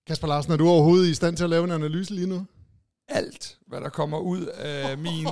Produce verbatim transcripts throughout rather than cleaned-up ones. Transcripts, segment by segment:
Kasper Larsen, er du overhovedet i stand til at lave en analyse lige nu? Alt, hvad der kommer ud af min...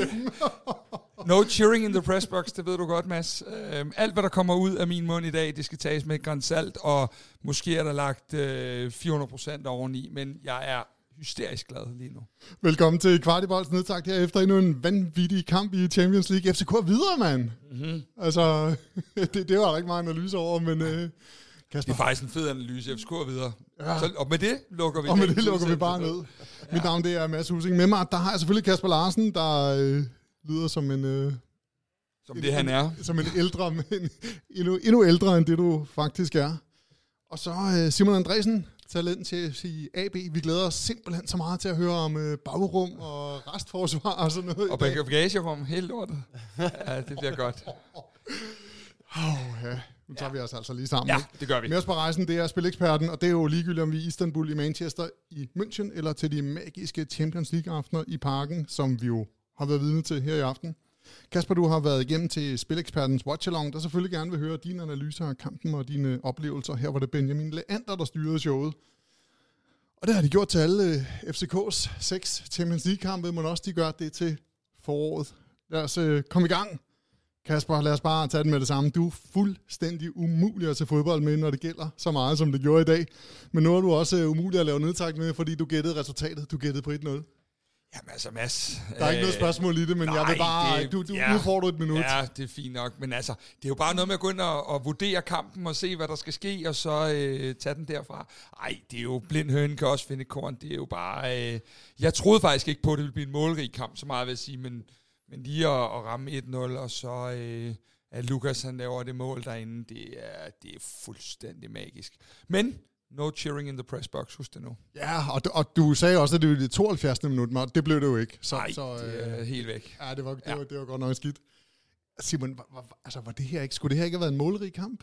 uh, no cheering in the press box, det ved du godt, Mads. Uh, alt, hvad der kommer ud af min mund i dag, det skal tages med et gran salt, og måske er der lagt uh, fire hundrede procent oveni, men jeg er hysterisk glad lige nu. Velkommen til Kvartibolds nedtakt her efter endnu en vanvittig kamp i Champions League. F C K er videre, mand. Mm-hmm. Altså, det, det var rigtig meget analyse over, men... Uh, Kasper. Det er faktisk en fed analyse. F C K er videre. Ja. Så, og med det lukker vi Og med det lukker vi bare ned. Ja. Mit navn det er Mads Husing. Med mig, der har jeg selvfølgelig Kasper Larsen, der øh, lyder som en... Øh, som det, en, han er. Som en ældre, men endnu, endnu ældre end det, du faktisk er. Og så øh, Simon Andresen, talent til i A B. Vi glæder os simpelthen så meget til at høre om øh, bagrum og restforsvar og sådan noget. Og bagagerum, helt lortet. Ja, det bliver godt. Åh, oh, ja. Nu tager ja. vi os altså lige sammen. Ja, det gør vi. Med os på rejsen, det er Spileksperten, og det er jo ligegyldigt, om vi er i Istanbul, i Manchester, i München, eller til de magiske Champions League-aftener i Parken, som vi jo har været vidne til her i aften. Kasper, du har været igennem til Spilekspertens Watch-along, der selvfølgelig gerne vil høre dine analyser af kampen og dine oplevelser. Her var det Benjamin Leander, der styrede showet. Og det har de gjort til alle F C K's seks Champions League-kampe, men også de gør det til foråret. Lad os uh, komme i gang. Kasper, lad os bare tage den med det samme. Du er fuldstændig umulig at tage fodbold med, når det gælder så meget, som det gjorde i dag. Men nu er du også umulig at lave nedtræk med, fordi du gættede resultatet. Du gættede på et nul. Jamen altså, Mads... Der er øh, ikke noget spørgsmål i det, men nej, jeg vil bare... Det, du, du, ja, nu får du et minut. Ja, det er fint nok. Men altså, det er jo bare noget med at gå ind og, og vurdere kampen og se, hvad der skal ske, og så øh, tage den derfra. Ej, det er jo blind høne, kan også finde korn. Det er jo bare... Øh, jeg troede faktisk ikke på, at det ville blive en målrig kamp, så meget vil jeg sige, men... Men lige at, at ramme et nul, og så øh, at Lukas han laver det mål derinde, det er, det er fuldstændig magisk. Men no cheering in the press box, husk det nu. Ja, og, og du sagde også, at det var det tooghalvfjerdsende minut, men det blev det jo ikke. Så, Nej, så, øh, det er helt væk. Ja, det var, det, ja. var, det var godt nok skidt. Simon, var, var, altså, var det her ikke, skulle det her ikke have været en målrig kamp?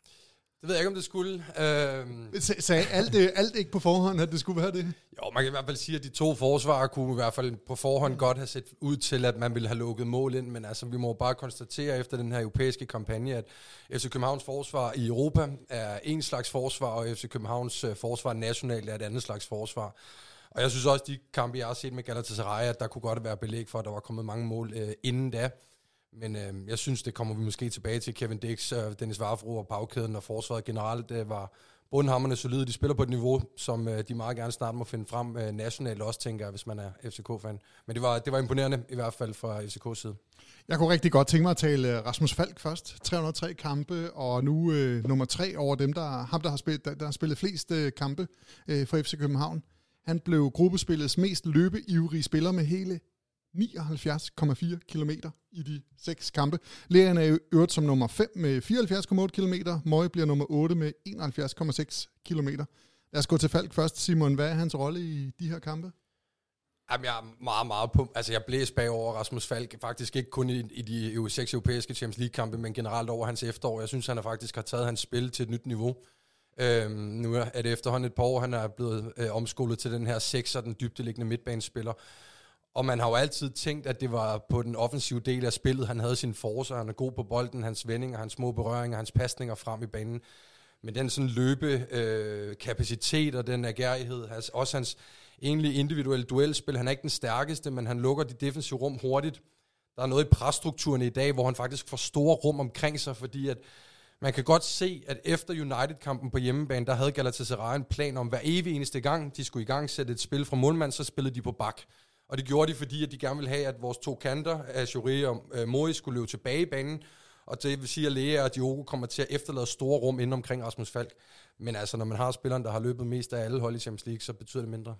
Det ved jeg ikke, om det skulle. Øhm. Sagde alt, alt ikke på forhånd, at det skulle være det? Jo, man kan i hvert fald sige, at de to forsvarer kunne i hvert fald på forhånd godt have set ud til, at man ville have lukket mål ind, men altså, vi må bare konstatere efter den her europæiske kampagne, at F C Københavns forsvar i Europa er en slags forsvar, og F C Københavns forsvar nationalt er et andet slags forsvar. Og jeg synes også, de kampe, jeg har set med Galatasaray, at der kunne godt være belæg for, at der var kommet mange mål øh, inden da. Men øh, jeg synes, det kommer vi måske tilbage til. Kevin Dix, øh, Dennis Vavro og bagkæden og forsvaret generelt øh, var bundhamrende solide. De spiller på et niveau, som øh, de meget gerne snart må finde frem øh, nationalt også, tænker jeg, hvis man er F C K-fan. Men det var, det var imponerende, i hvert fald fra F C K's side. Jeg kunne rigtig godt tænke mig at tale Rasmus Falk først. tre hundrede og tre kampe, og nu øh, nummer tre over dem, der, ham, der har spillet, der, der har spillet flest øh, kampe øh, for F C København. Han blev gruppespillets mest løbeivrige spiller med hele nioghalvfjerds komma fire kilometer i de seks kampe. Lægen er øvrigt som nummer fem med fireoghalvfjerds komma otte kilometer. Møje bliver nummer otte med enoghalvfjerds komma seks kilometer. Lad os gå til Falk først. Simon, hvad er hans rolle i de her kampe? Jamen, jeg er meget, meget på... Altså, jeg blæser bagover Rasmus Falk. Faktisk ikke kun i, i de seks europæiske Champions League-kampe, men generelt over hans efterår. Jeg synes, han har faktisk har taget hans spil til et nyt niveau. Øhm, nu er det efterhånden et par år, han er blevet øh, omskolet til den her sekser, den dybdeliggende midtbanespiller. Og man har jo altid tænkt, at det var på den offensive del af spillet, han havde sin force, han er god på bolden, hans vendinger, hans små berøringer, hans pasninger frem i banen. Men den sådan løbe øh, kapacitet og den agerighed, altså også hans egentlig individuelle duelspil, han er ikke den stærkeste, men han lukker de defensive rum hurtigt. Der er noget i presstrukturen i dag, hvor han faktisk får store rum omkring sig, fordi at man kan godt se, at efter United-kampen på hjemmebane, der havde Galatasaray en plan om hver evig eneste gang, de skulle i gang sætte et spil fra målmand, så spillede de på bak. Og det gjorde de, fordi at de gerne ville have, at vores to kanter, Ajouri og øh, Mori, skulle løbe tilbage i banen. Og det vil sige, at Lea og Diogo kommer til at efterlade store rum inden omkring Rasmus Falk. Men altså, når man har spilleren, der har løbet mest af alle hold i Champions League, så betyder det mindre.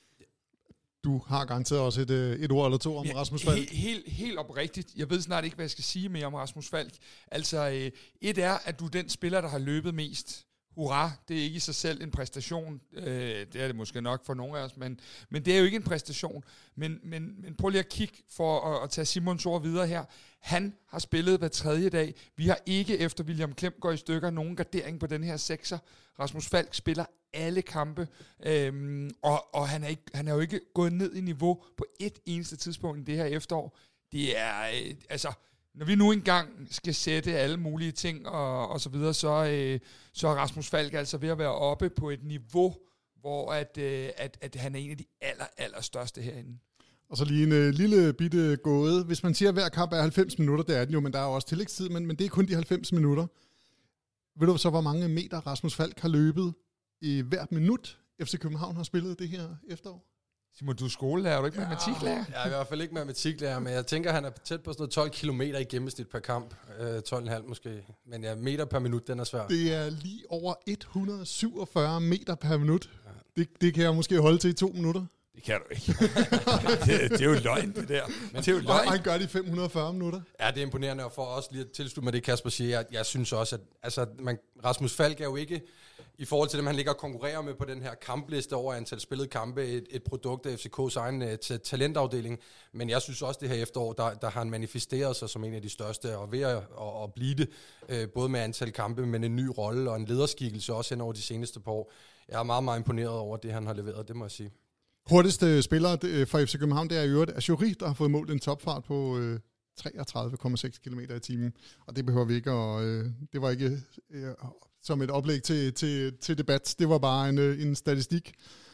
Du har garanteret også et, et ord eller to om ja, Rasmus Falk. Helt, helt, helt oprigtigt. Jeg ved snart ikke, hvad jeg skal sige mere om Rasmus Falk. Altså, et er, at du er den spiller, der har løbet mest. Hurra, det er ikke i sig selv en præstation. Øh, det er det måske nok for nogle af os, men, men det er jo ikke en præstation. Men, men, men prøv lige at kigge for at, at tage Simons ord videre her. Han har spillet hver tredje dag. Vi har ikke efter William Klem går i stykker nogen gardering på den her sekser. Rasmus Falk spiller alle kampe, øhm, og, og han, er ikke, han er jo ikke gået ned i niveau på et eneste tidspunkt i det her efterår. Det er, øh, altså... Når vi nu engang skal sætte alle mulige ting og, og så videre, så, øh, så er Rasmus Falk altså ved at være oppe på et niveau, hvor at, øh, at, at han er en af de aller, aller største herinde. Og så lige en øh, lille bitte gåde. Hvis man siger, at hver kamp er halvfems minutter, det er den jo, men der er jo også tillægstid, men, men det er kun de halvfems minutter. Ved du så, hvor mange meter Rasmus Falk har løbet i hvert minut, F C København har spillet det her efterår? Simon, du er skolelærer, er du ikke ja, matematiklærer? Jeg er i hvert fald ikke matematiklærer, men jeg tænker, han er tæt på sådan noget tolv kilometer i gennemsnit per kamp. Øh, tolv komma fem måske. Men ja, meter per minut, den er svær. Det er lige over et hundrede syvogfyrre meter per minut. Ja. Det, det kan jeg måske holde til i to minutter. Det kan du ikke. det, det er jo løgn, det der. Men det er jo løgn. Og han gør det i fem hundrede og fyrre minutter. Ja, det er imponerende, og for også lige at tilslutte mig det, Kasper siger, jeg, jeg synes også, at altså, man, Rasmus Falk er jo ikke, i forhold til dem, han ligger og konkurrerer med på den her kampliste over antal spillede kampe, et, et produkt af F C K's egen uh, talentafdeling. Men jeg synes også, det her efterår, der, der har han manifesteret sig som en af de største, og ved at, at, at blive det, uh, både med antal kampe, men en ny rolle og en lederskikkelse også hen over de seneste par år. Jeg er meget, meget imponeret over det, han har leveret, det må jeg sige. Hurtigste spiller fra F C København, det er i øvrigt Achouri, der har fået målt en topfart på øh, treogtredive komma seks kilometer i timen. Og det behøver vi ikke, og øh, det var ikke øh, som et oplæg til, til, til debat. Det var bare en, en statistik.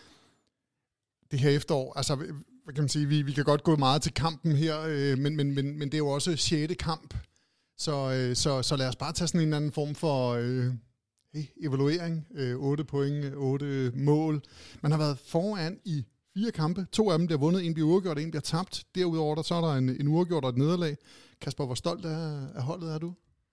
Det her efterår, altså hvad kan man sige, vi, vi kan godt gå meget til kampen her, øh, men, men, men, men det er jo også sjette kamp. Så, øh, så, så lad os bare tage sådan en eller anden form for øh, hey, evaluering. Øh, otte point, otte mål. Man har været foran i fire kampe. To af dem bliver vundet, en bliver uafgjort, og en bliver tabt. Derudover der, så er der en, en uafgjort og et nederlag. Kasper, hvor stolt af, af holdet er du?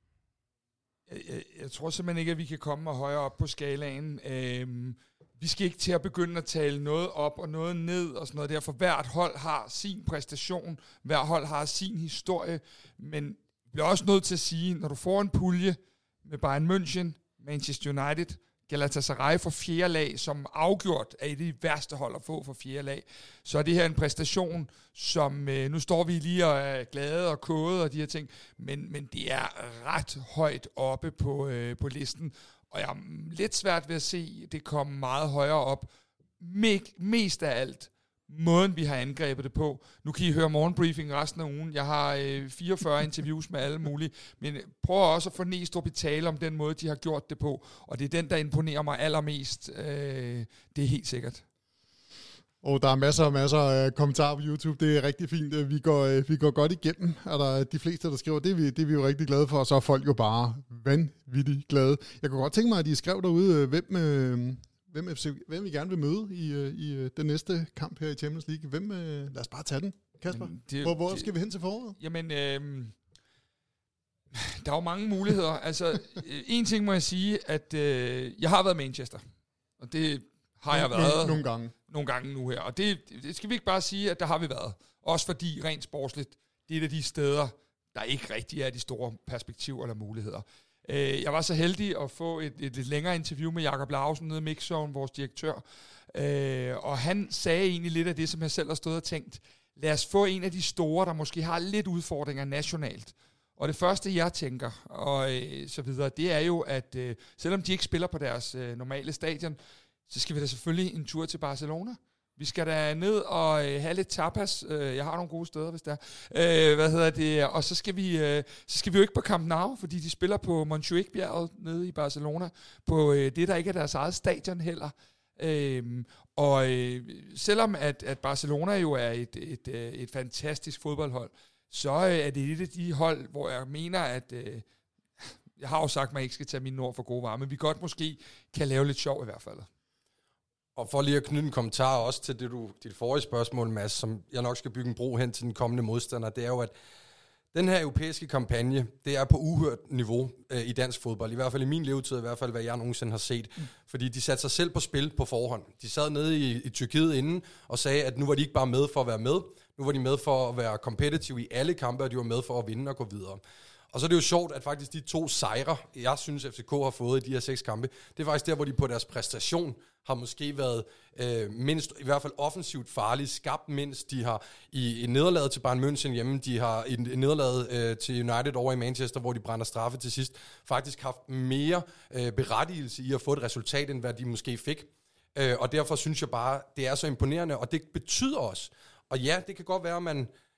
Jeg, jeg, jeg tror simpelthen ikke, at vi kan komme og højere op på skalaen. Øhm, vi skal ikke til at begynde at tale noget op og noget ned og sådan noget der, for hvert hold har sin præstation, hver hold har sin historie, men vi bliver også nødt til at sige, når du får en pulje med Bayern München, Manchester United, Galatasaray for fjerde lag, som afgjort er et af de værste hold at få for fjerde lag, så er det her en præstation, som øh, nu står vi lige og er glade og kode og de her ting, men, men det er ret højt oppe på, øh, på listen, og jeg er lidt svært ved at se det komme meget højere op. Me- mest af alt måden, vi har angrebet det på. Nu kan I høre morgenbriefing resten af ugen. Jeg har øh, fireogfyrre interviews med alle mulige, men prøv også at få Næstrup i tale om den måde, de har gjort det på, og det er den, der imponerer mig allermest. Øh, det er helt sikkert. Og der er masser og masser af kommentarer på YouTube. Det er rigtig fint. Vi går, vi går godt igennem. Er der de fleste, der skriver, det er, vi, det er vi jo rigtig glade for, og så er folk jo bare vanvittigt glade. Jeg kunne godt tænke mig, at de skrev derude, hvem... Øh, Hvem, F C, hvem vi gerne vil møde i, i den næste kamp her i Champions League? Hvem, lad os bare tage den, Kasper. Det, hvor hvor det, skal vi hen til foråret? Jamen, øh, der er jo mange muligheder. Altså, en ting må jeg sige, at øh, jeg har været i Manchester. Og det har jeg været. Nogle, nogle gange. Nogle gange nu her. Og det, det skal vi ikke bare sige, at der har vi været. Også fordi, rent sportsligt, det er et af de steder, der ikke rigtig er de store perspektiver eller muligheder. Jeg var så heldig at få et, et lidt længere interview med Jakob Lausen nede i Mixzone, vores direktør, og han sagde egentlig lidt af det, som jeg selv har stået og tænkt. Lad os få en af de store, der måske har lidt udfordringer nationalt. Og det første, jeg tænker, og så videre, det er jo, at selvom de ikke spiller på deres normale stadion, så skal vi da selvfølgelig en tur til Barcelona. Vi skal da ned og øh, have lidt tapas. Øh, jeg har nogle gode steder, hvis der er. Øh, hvad hedder det? Og så skal vi, øh, så skal vi jo ikke på Camp Nou, fordi de spiller på Montjuic-bjerget nede i Barcelona, på øh, det, der ikke er deres eget stadion heller. Øh, og øh, selvom at, at Barcelona jo er et, et, et, et fantastisk fodboldhold, så øh, er det et af de hold, hvor jeg mener, at... Øh, jeg har jo sagt, at man ikke skal tage mine ord for gode varer, men vi godt måske kan lave lidt sjov i hvert fald. Og for lige at knytte en kommentar også til det, du, dit forrige spørgsmål, Mads, som jeg nok skal bygge en bro hen til den kommende modstander, det er jo, at den her europæiske kampagne, det er på uhørt niveau øh, i dansk fodbold. I hvert fald i min levetid, i hvert fald hvad jeg nogensinde har set. Mm. Fordi de satte sig selv på spil på forhånd. De sad nede i, i Tyrkiet inden og sagde, at nu var de ikke bare med for at være med. Nu var de med for at være competitive i alle kampe, og de var med for at vinde og gå videre. Og så er det jo sjovt, at faktisk de to sejre, jeg synes, F C K har fået i de her seks kampe, det er faktisk der, hvor de på deres præstation har måske været øh, mindst, i hvert fald offensivt farlige, skabt mindst. De har i, i nederlaget til Bayern München hjemme, de har i, i nederlaget øh, til United over i Manchester, hvor de brænder straffe til sidst, faktisk haft mere øh, berettigelse i at få et resultat, end hvad de måske fik. Øh, og derfor synes jeg bare, det er så imponerende, og det betyder også, og ja, det kan godt være, at man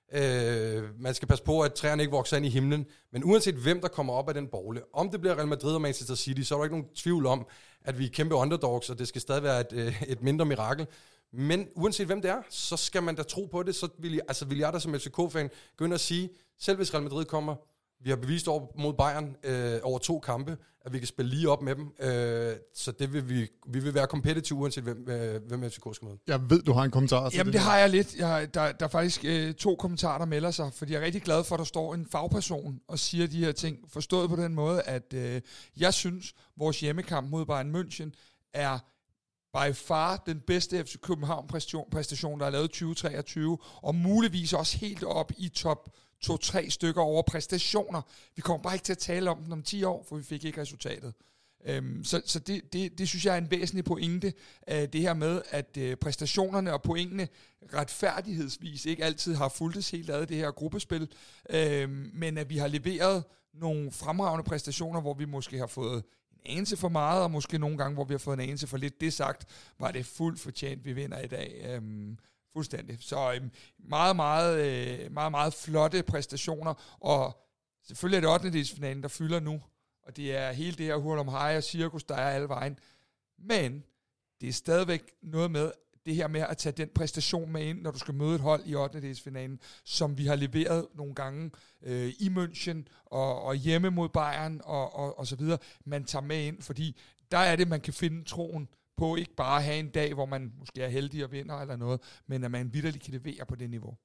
Øh, man skal passe på, at træerne ikke vokser ind i himlen. Men uanset hvem, der kommer op af den bogle, om det bliver Real Madrid og Manchester City, så er der ikke nogen tvivl om, at vi er kæmpe underdogs, og det skal stadig være et, et mindre mirakel. Men uanset hvem det er, så skal man da tro på det. Så vil jeg, altså vil jeg da som F C K-fan gå ind og sige, selv hvis Real Madrid kommer, vi har bevist over mod Bayern øh, over to kampe, at vi kan spille lige op med dem. Øh, så det vil vi, vi vil være competitive, uanset hvem, øh, hvem F C K skal møde. Jeg ved, du har en kommentar til Jamen, det. det har jeg lidt. Jeg, der, der er faktisk øh, to kommentarer, der melder sig, fordi jeg er rigtig glad for, at der står en fagperson og siger de her ting. Forstået på den måde, at øh, jeg synes, vores hjemmekamp mod Bayern München er by far den bedste F C København-præstation, der er lavet tyve treogtyve, og muligvis også helt op i top to-tre stykker over præstationer. Vi kommer bare ikke til at tale om den om ti år, for vi fik ikke resultatet. Øhm, så så det, det, det synes jeg er en væsentlig pointe, af det her med, at øh, præstationerne og pointene retfærdighedsvis ikke altid har fulgtes helt ad det her gruppespil, øhm, men at vi har leveret nogle fremragende præstationer, hvor vi måske har fået en anelse for meget, og måske nogle gange, hvor vi har fået en anelse for lidt. Det sagt, var det fuldt fortjent, vi vinder i dag. Øhm, fuldstændig. Så øhm, meget, meget, øh, meget, meget flotte præstationer, og selvfølgelig er det ottendedelsfinalen, der fylder nu, og det er hele det her hurlumhej og cirkus, der er alle vejen. Men det er stadigvæk noget med det her med at tage den præstation med ind, når du skal møde et hold i ottendedelsfinalen, som vi har leveret nogle gange øh, i München og, og hjemme mod Bayern og, og, og så videre. Man tager med ind, fordi der er det, man kan finde troen på ikke bare at have en dag, hvor man måske er heldig og vinder eller noget, men at man vitterligt kan levere på det niveau.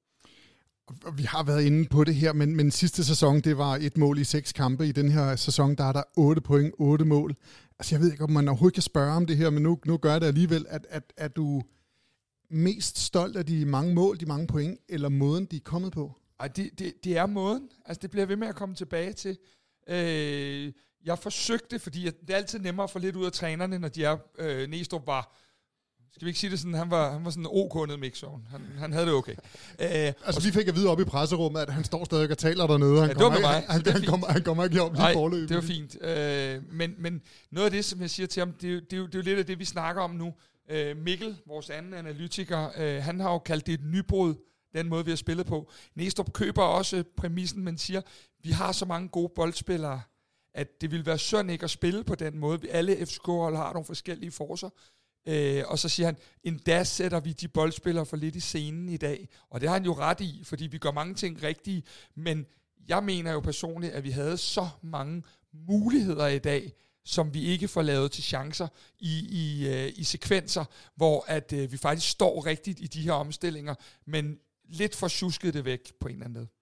Og vi har været inde på det her, men, men sidste sæson, det var et mål i seks kampe. I den her sæson, der er der otte point, otte mål. Altså jeg ved ikke, om man overhovedet kan spørge om det her, men nu, nu gør det alligevel, at, at, at du mest stolt af de mange mål, de mange point, eller måden, de er kommet på? Ej, det, det, det er måden. Altså det bliver ved med at komme tilbage til. Øh, jeg forsøgte, fordi det er altid nemmere at få lidt ud af trænerne, når de er, øh, Næstrup var, skal vi ikke sige det sådan, han var, han var sådan ok nede mixzone. Han, han havde det okay. Øh, altså vi fik at vide op i presserummet, at han står stadig og taler dernede. Han ja, det var med mig. Han, han, han, kommer, han kommer ikke op lige forløbet. det var fint. Øh, men, men noget af det, som jeg siger til ham, det er, det er, jo, det er jo lidt af det, vi snakker om nu. Øh, Mikkel, vores anden analytiker, øh, han har jo kaldt det et nybrud, den måde, vi har spillet på. Næstrup køber også præmissen, men siger, vi har så mange gode boldspillere, at det ville være synd ikke at spille på den måde. Alle F C K-hold har nogle forskellige forser. Øh, og så siger han, endda sætter vi de boldspillere for lidt i scenen i dag. Og det har han jo ret i, fordi vi gør mange ting rigtige. Men jeg mener jo personligt, at vi havde så mange muligheder i dag, som vi ikke får lavet til chancer i, i, øh, i sekvenser, hvor at øh, vi faktisk står rigtigt i de her omstillinger, men lidt for tjusket det væk på en eller anden måde.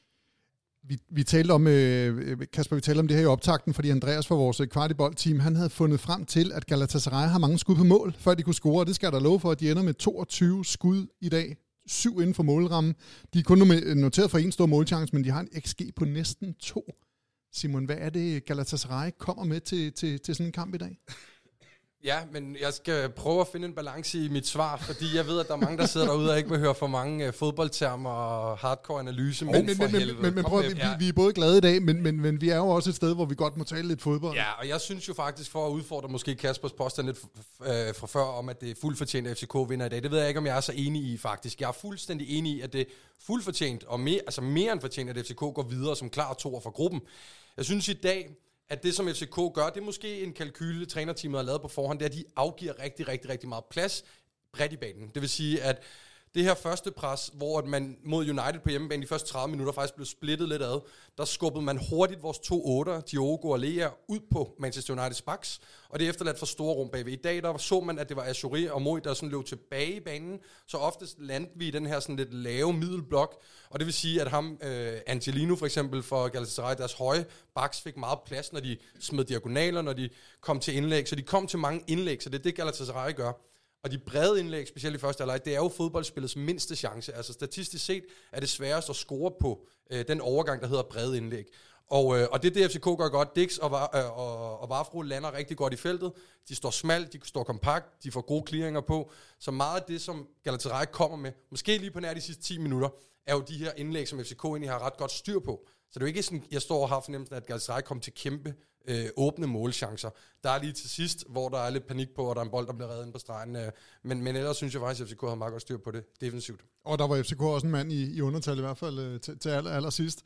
Vi, vi talte om, øh, Kasper, vi talte om det her i optakten, fordi Andreas fra vores kvartibold-team, han havde fundet frem til, at Galatasaray har mange skud på mål, før de kunne score, og det skal der love for, at de ender med toogtyve skud i dag, syv inden for målrammen. De er kun noteret for en stor målchance, men de har en X G på næsten to. Simon, hvad er det, Galatasaray kommer med til, til, til sådan en kamp i dag? Ja, men jeg skal prøve at finde en balance i mit svar, fordi jeg ved, at der er mange, der sidder derude og ikke vil høre for mange uh, fodboldtermer og hardcore analyse. Men, men, for men, helvede. men, men prøv, vi, ja. vi er både glade i dag, men, men, men vi er jo også et sted, hvor vi godt må tale lidt fodbold. Ja, og jeg synes jo faktisk, for at udfordre måske Kaspers påstand lidt øh, fra før, om at det er fuldt fortjent, at F C K vinder i dag, det ved jeg ikke, om jeg er så enig i faktisk. Jeg er fuldstændig enig i, at det er fuldt fortjent, og mere, altså mere end fortjent, at F C K går videre som klar toer for gruppen. Jeg synes i dag, at det, som F C K gør, det er måske en kalkyle, trænerteamet har lavet på forhånd, det er, at de afgiver rigtig, rigtig, rigtig meget plads bredt i banen. Det vil sige, at det her første pres, hvor man mod United på hjemmebane de første tredive minutter faktisk blev splittet lidt ad, der skubbede man hurtigt vores to otter, Diogo og Lea, ud på Manchester Uniteds backs, og det efterladt for store rum bagved. I dag der så man, at det var Achouri og Moi, der sådan løb tilbage i banen, så oftest landte vi i den her sådan lidt lave middelblok, og det vil sige, at ham, øh, Angelino for eksempel for Galatasaray, deres høje backs fik meget plads, når de smed diagonaler, når de kom til indlæg, så de kom til mange indlæg, så det er det Galatasaray gør. Og de brede indlæg, specielt i første halvleg, det er jo fodboldspillets mindste chance. Altså statistisk set er det sværest at score på øh, den overgang, der hedder brede indlæg. Og, øh, og det er det, F C K gør godt. Dix og, øh, og, og Vafro lander rigtig godt i feltet. De står smalt, de står kompakt, de får gode clearinger på. Så meget af det, som Galatasaray kommer med, måske lige på nær de sidste ti minutter, er jo de her indlæg, som F C K egentlig har ret godt styr på. Så det er jo ikke sådan, jeg står og har fornemmelsen, at Galatasaray kom til kæmpe øh, åbne målchancer. Der er lige til sidst, hvor der er lidt panik på, og der er en bold, der bliver reddet ind på stregen. Øh, men, men ellers synes jeg faktisk, at F C K har meget godt styr på det defensivt. Og der var F C K også en mand i, i undertal i hvert fald øh, til, til aller, aller sidst.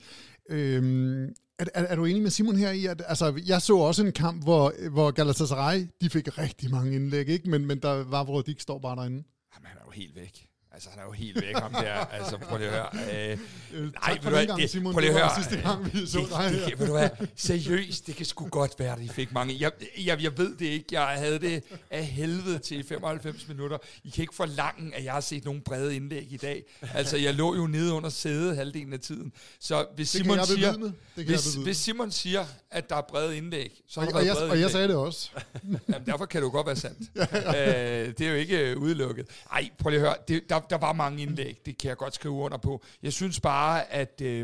Øhm, er, er, er du enig med Simon her i, at altså, jeg så også en kamp, hvor, hvor Galatasaray, de fik rigtig mange indlæg, ikke? Men, men der var, hvor de ikke står bare derinde. Jamen, han er jo helt væk. Altså, han er jo helt væk, ham der. Altså, prøv lige at høre. Øh, øh, nej, for den gang, Simon. Prøv lige at høre. Sidste gang, vi så det, dig det, det, ved du hvad? Seriøst, det kan sgu godt være, at I fik mange. Jeg, jeg, jeg ved det ikke. Jeg havde det af helvede til femoghalvfems minutter. I kan ikke forlange, at jeg har set nogle brede indlæg i dag. Altså, jeg lå jo nede under sædet halvdelen af tiden. Så hvis Simon, siger, hvis, hvis Simon siger, at der er brede indlæg, så er der og, og, jeg, brede og jeg indlæg. sagde det også. Jamen, derfor kan det jo godt være sandt. ja, ja. Øh, det er jo ikke udelukket. Ej, prøv lige at høre. Det, der, der var mange indlæg. Det kan jeg godt skrive under på. Jeg synes bare, at øh,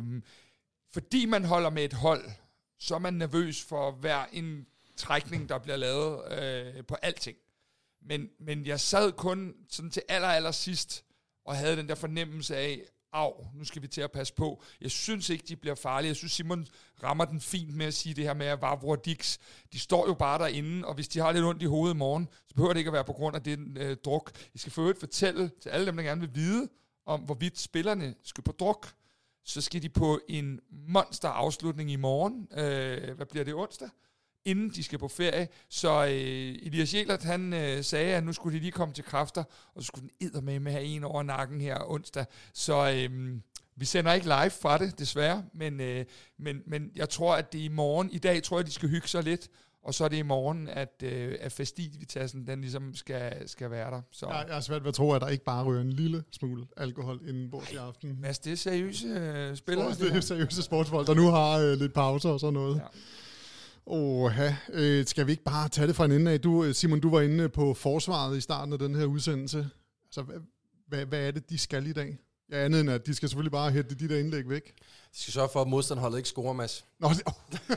fordi man holder med et hold, så er man nervøs for hver en trækning, der bliver lavet øh, på alting. Men, men jeg sad kun sådan til aller, aller sidst og havde den der fornemmelse af, au, nu skal vi til at passe på. Jeg synes ikke, de bliver farlige. Jeg synes, Simon rammer den fint med at sige det her med, at Vavro og Dix, de står jo bare derinde, og hvis de har lidt ondt i hovedet i morgen, så behøver det ikke at være på grund af den øh, druk. I skal for øvrigt fortælle til alle dem, der gerne vil vide, om hvorvidt spillerne skal på druk, så skal de på en monster afslutning i morgen. Øh, hvad bliver det, onsdag? Inden de skal på ferie. Så øh, Elias Jelert, han øh, sagde, at nu skulle de lige komme til kræfter, og så skulle den eddermame med have en over nakken her onsdag. Så øh, vi sender ikke live fra det, desværre, men, øh, men, men jeg tror, at det er i morgen. I dag tror jeg, de skal hygge sig lidt, og så er det i morgen, at, øh, at festivitassen, den ligesom skal, skal være der. Så. Jeg, jeg er svært ved at tro, at der ikke bare ryger en lille smule alkohol inden bords i aften. Mads, det er seriøse øh, spillere. Det er seriøse sportsfolk, der nu har øh, lidt pauser og sådan noget. Ja. Oha, øh, skal vi ikke bare tage det fra en ende af? Du, Simon, du var inde på forsvaret i starten af den her udsendelse. Altså, hvad, hvad, hvad er det, de skal i dag? Ja, andet end at de skal selvfølgelig bare hætte de der indlæg væk. De skal sørge for, at modstanderholdet ikke scorer, Mads. Nå, det, oh.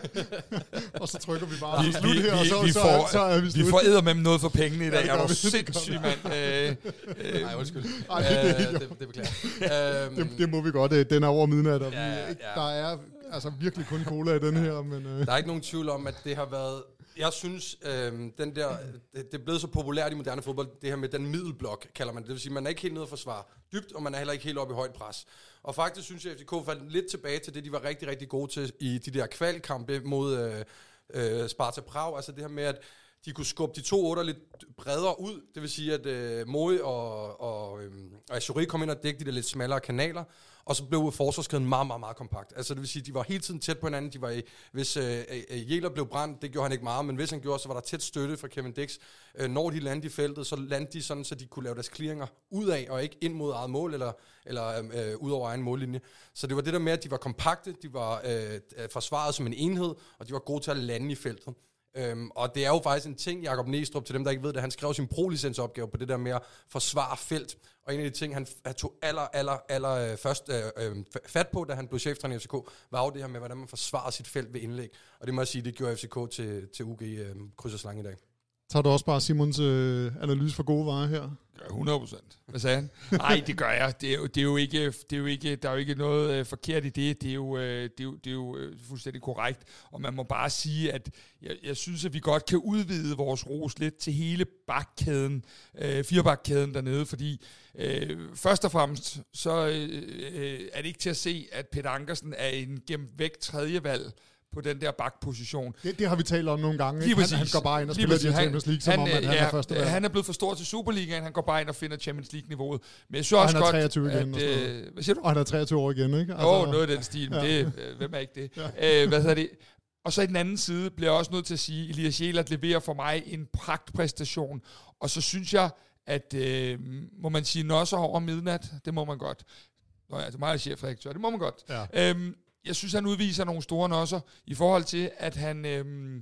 Og så trykker vi bare vi, slut her, vi, og så, vi så, får, så er vi slut. Vi får eddermame noget for pengene i dag. Ja, jeg er jo sindssyg, mand. Øh, øh, Nej, undskyld. Ej, det, det, øh, det, det beklager. det, det må vi godt. Den er over midnat, og ja, vi, ikke, ja. der er altså virkelig kun cola i den her. Men, øh. Der er ikke nogen tvivl om, at det har været... Jeg synes, øh, den der, det, det er blevet så populært i moderne fodbold, det her med den middelblok, kalder man det. Det vil sige, man er ikke helt nede at forsvare dybt, og man er heller ikke helt oppe i højt pres. Og faktisk synes jeg, at F C K faldt lidt tilbage til det, de var rigtig, rigtig gode til i de der kvalkampe mod øh, øh, Sparta Prag. Altså det her med, at de kunne skubbe de to otter lidt bredere ud. Det vil sige, at øh, Moe og, og, øh, og Azuri kom ind og dækkede de der lidt smallere kanaler. Og så blev forsvarskæden meget, meget, meget kompakt. Altså det vil sige, at de var hele tiden tæt på hinanden. De var i, hvis øh, øh, Jæler blev brændt, det gjorde han ikke meget, men hvis han gjorde, så var der tæt støtte fra Kevin Dix. Øh, når de landede i feltet, så landede de sådan, så de kunne lave deres clearinger ud af, og ikke ind mod eget mål, eller, eller øh, ud over egen mållinje. Så det var det der med, at de var kompakte, de var øh, forsvaret som en enhed, og de var gode til at lande i feltet. Øhm, og det er jo faktisk en ting, Jakob Næstrup, til dem, der ikke ved det, han skrev sin pro-licensopgave på det der med at forsvare felt. Og en af de ting, han, han tog aller, aller, aller øh, først øh, øh, fat på, da han blev cheftræner i F C K, var jo det her med, hvordan man forsvarer sit felt ved indlæg. Og det må jeg sige, det gjorde F C K til, til U G øh, kryds og slange i dag. Tager du også bare Simons øh, analyse for gode varer her? hundrede procent. Hvad sagde han? Nej, det gør jeg. Det er, jo, det er jo ikke, det er jo ikke, der er jo ikke noget øh, forkert i det. Det er jo, øh, det er jo, det er jo øh, fuldstændig korrekt. Og man må bare sige, at jeg, jeg synes, at vi godt kan udvide vores ros lidt til hele bakkæden, øh, firebakkæden dernede, fordi øh, først og fremmest, så øh, er det ikke til at se, at Peter Ankersen er en gemt væk tredje valg på den der bakposition. Det, det har vi talt om nogle gange. Ikke? Han, han går bare ind og spiller i Champions League, som han, om at han ja, er første valg. Han er blevet for stor til Superligaen, han går bare ind og finder Champions League-niveauet. Men jeg synes og også han er godt, treogtyve igen. At, øh, hvad siger du? Og han er treogtyve år igen, ikke? Altså, oh, noget af den stil, men ja. det, øh, hvem er ikke det? Ja. Øh, hvad hedder det? Og så i den anden side bliver jeg også nødt til at sige, at Elias Jelert leverer for mig en pragtpræstation. Og så synes jeg, at øh, må man sige nosser over midnat, det må man godt. Nå ja, det er mig, der er chefredaktør, det må man godt. Ja. Øhm, jeg synes, han udviser nogle store nosser i forhold til, at han, øhm,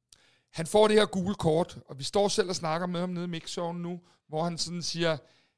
han får det her gule kort, og vi står selv og snakker med ham nede i mixzone nu, hvor han sådan siger,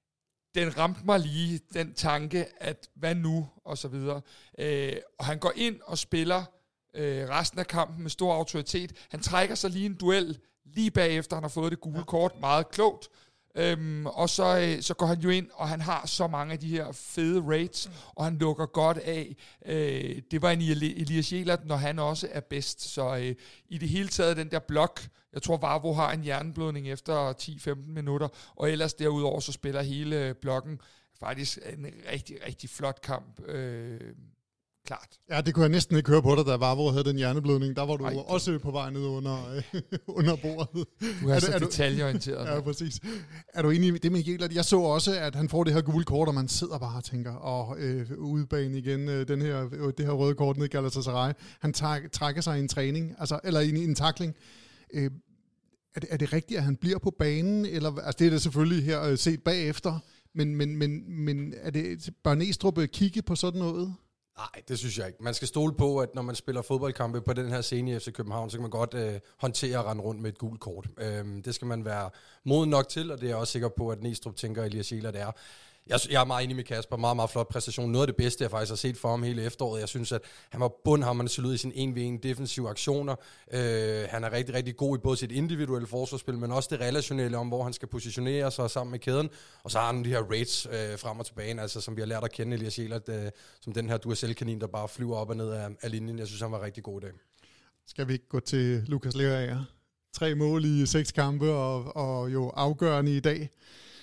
den ramte mig lige, den tanke, at hvad nu, og så videre. Øh, og han går ind og spiller øh, resten af kampen med stor autoritet. Han trækker sig lige en duel, lige bagefter han har fået det gule kort, meget klogt. Øhm, og så, øh, så går han jo ind, og han har så mange af de her fede rates, og han lukker godt af. Øh, det var en Elias Jelert, når han også er bedst. Så øh, i det hele taget, den der blok, jeg tror Vavro har en hjerneblødning efter ti til femten minutter, og ellers derudover så spiller hele blokken faktisk en rigtig, rigtig flot kamp. Øh, klart. Ja, det kunne jeg næsten ikke høre på dig, da Vavro havde den hjerneblødning. Der var du Ej, også på vej ned under, øh, under bordet. Du er, er så er detaljeorienteret. Ja, præcis. Er du enig i det med Jelert? Jeg så også, at han får det her gule kort, og man sidder bare og tænker, åh, øh, udebane igen, øh, den her, øh, det her røde kort ned i Galatasaray. Han træk, trækker sig i en træning, altså, eller i en, en tackling. Øh, er, det, er det rigtigt, at han bliver på banen? Eller, altså, det er det selvfølgelig her øh, set bagefter, men, men, men, men er det, bør Næstrup kigge på sådan noget? Nej, det synes jeg ikke. Man skal stole på, at når man spiller fodboldkampe på den her scene i F C København, så kan man godt øh, håndtere at rende rundt med et gult kort. Øhm, det skal man være moden nok til, og det er jeg også sikker på, at Næstrup tænker, at Elias Jelert er. Jeg, jeg er meget enig med Kasper. Meget, meget flot præstation. Noget af det bedste, jeg faktisk har set for ham hele efteråret. Jeg synes, at han var bundhamrende solid i sin en ved en defensive aktioner. Øh, han er rigtig, rigtig god i både sit individuelle forsvarsspil, men også det relationelle om, hvor han skal positionere sig sammen med kæden. Og så har han de her rates øh, frem og tilbage, altså, som vi har lært at kende Elias Jelert, øh, som den her Duracell-kanin, der bare flyver op og ned af, af linjen. Jeg synes, han var rigtig god i dag. Skal vi ikke gå til Lukas Lerager? Tre mål i seks kampe, og, og jo afgørende i dag.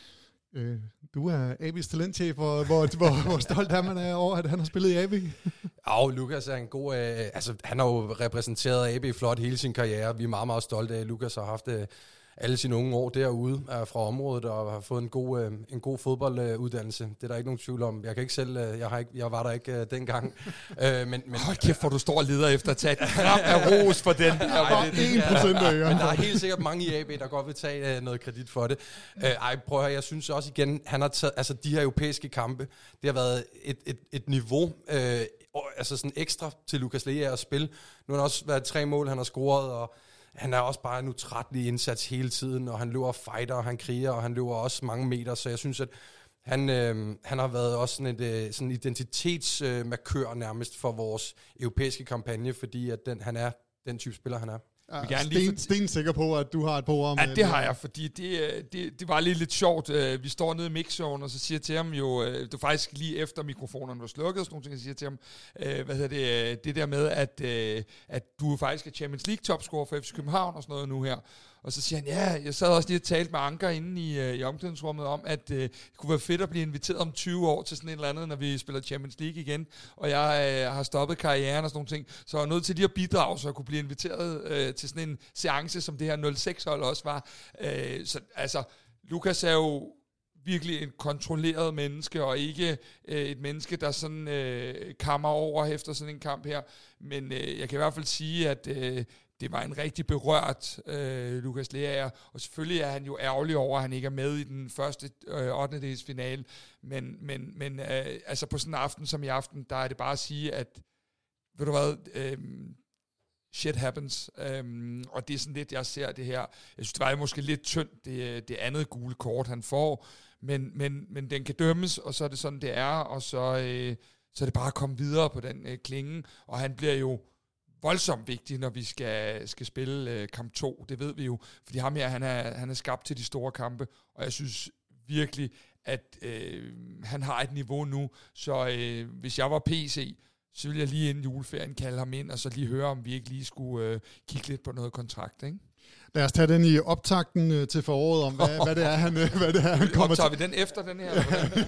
Øh, du er A B's talentchef, og hvor, hvor, hvor stolt er man af over, at han har spillet i A B? Ja, Lukas er en god... Øh, altså, han har jo repræsenteret A B flot hele sin karriere. Vi er meget, meget stolte af, at Lukas har haft øh, alle sine unge år derude øh, fra området, og har fået en god, øh, en god fodbolduddannelse. Det er der ikke nogen tvivl om. Jeg kan ikke selv... Øh, jeg, har ikke, jeg var der ikke øh, dengang. øh, men, men, Hold kæft, hvor du står og leder efter at tage et kram af ros for den. Ej, det, en procent af jer. Men der er helt sikkert mange i A B, der godt vil tage øh, noget kredit for det. Øh, ej, prøv at høre, jeg synes også igen, han har taget... Altså, de her europæiske kampe, det har været et, et, et niveau... Øh, altså sådan ekstra til Lukas Lerager at spille. Nu har der også været tre mål, han har scoret, og han er også bare en utrættelig indsats hele tiden, og han løber fighter, og han kriger, og han løber også mange meter, så jeg synes, at han, øh, han har været også sådan en sådan identitetsmarkør øh, nærmest for vores europæiske kampagne, fordi at den, han er den type spiller, han er. Ja, Sten, for... Sten sikker på, at du har et par ord med... Ja, det har jeg, fordi det, det, det var lige lidt sjovt. Vi står nede i mixzone, og så siger jeg til ham jo, det var faktisk lige efter mikrofonerne var slukket, og sådan nogle ting, jeg siger til ham, hvad hedder det, det der med, at, at du faktisk er Champions League topscorer for F C København og sådan noget nu her. Og så siger han, ja, jeg sad også lige og talte med Anker inde i, i omklædningsrummet om, at øh, det kunne være fedt at blive inviteret om tyve år til sådan et eller andet, når vi spiller Champions League igen. Og jeg øh, har stoppet karrieren og sådan nogle ting. Så jeg er nødt til lige at bidrage, så jeg kunne blive inviteret øh, til sådan en seance, som det her nul seks hold også var. Øh, så altså, Lukas er jo virkelig et kontrolleret menneske, og ikke øh, et menneske, der sådan øh, kammer over efter sådan en kamp her. Men øh, jeg kan i hvert fald sige, at... Øh, det var en rigtig berørt øh, Lukas Lerager, og selvfølgelig er han jo ærgerlig over, at han ikke er med i den første øh, ottendedels finale, men, men, men øh, altså på sådan en aften som i aften, der er det bare at sige, at ved du hvad, øh, shit happens, øh, og det er sådan lidt, jeg ser det her. Jeg synes, det var måske lidt tyndt, det, det andet gule kort, han får, men, men, men den kan dømmes, og så er det sådan, det er, og så, øh, så er det bare at komme videre på den øh, klinge, og han bliver jo voldsomt vigtigt, når vi skal, skal spille øh, kamp to. Det ved vi jo. Fordi ham her, han er, han er skabt til de store kampe. Og jeg synes virkelig, at øh, han har et niveau nu. Så øh, hvis jeg var P C, så ville jeg lige inden juleferien kalde ham ind, og så lige høre, om vi ikke lige skulle øh, kigge lidt på noget kontrakt, ikke? Lad os tage den i optakten øh, til foråret, om hvad, hvad det er, han, øh, hvad det er, han kommer til. Optager vi den efter den her?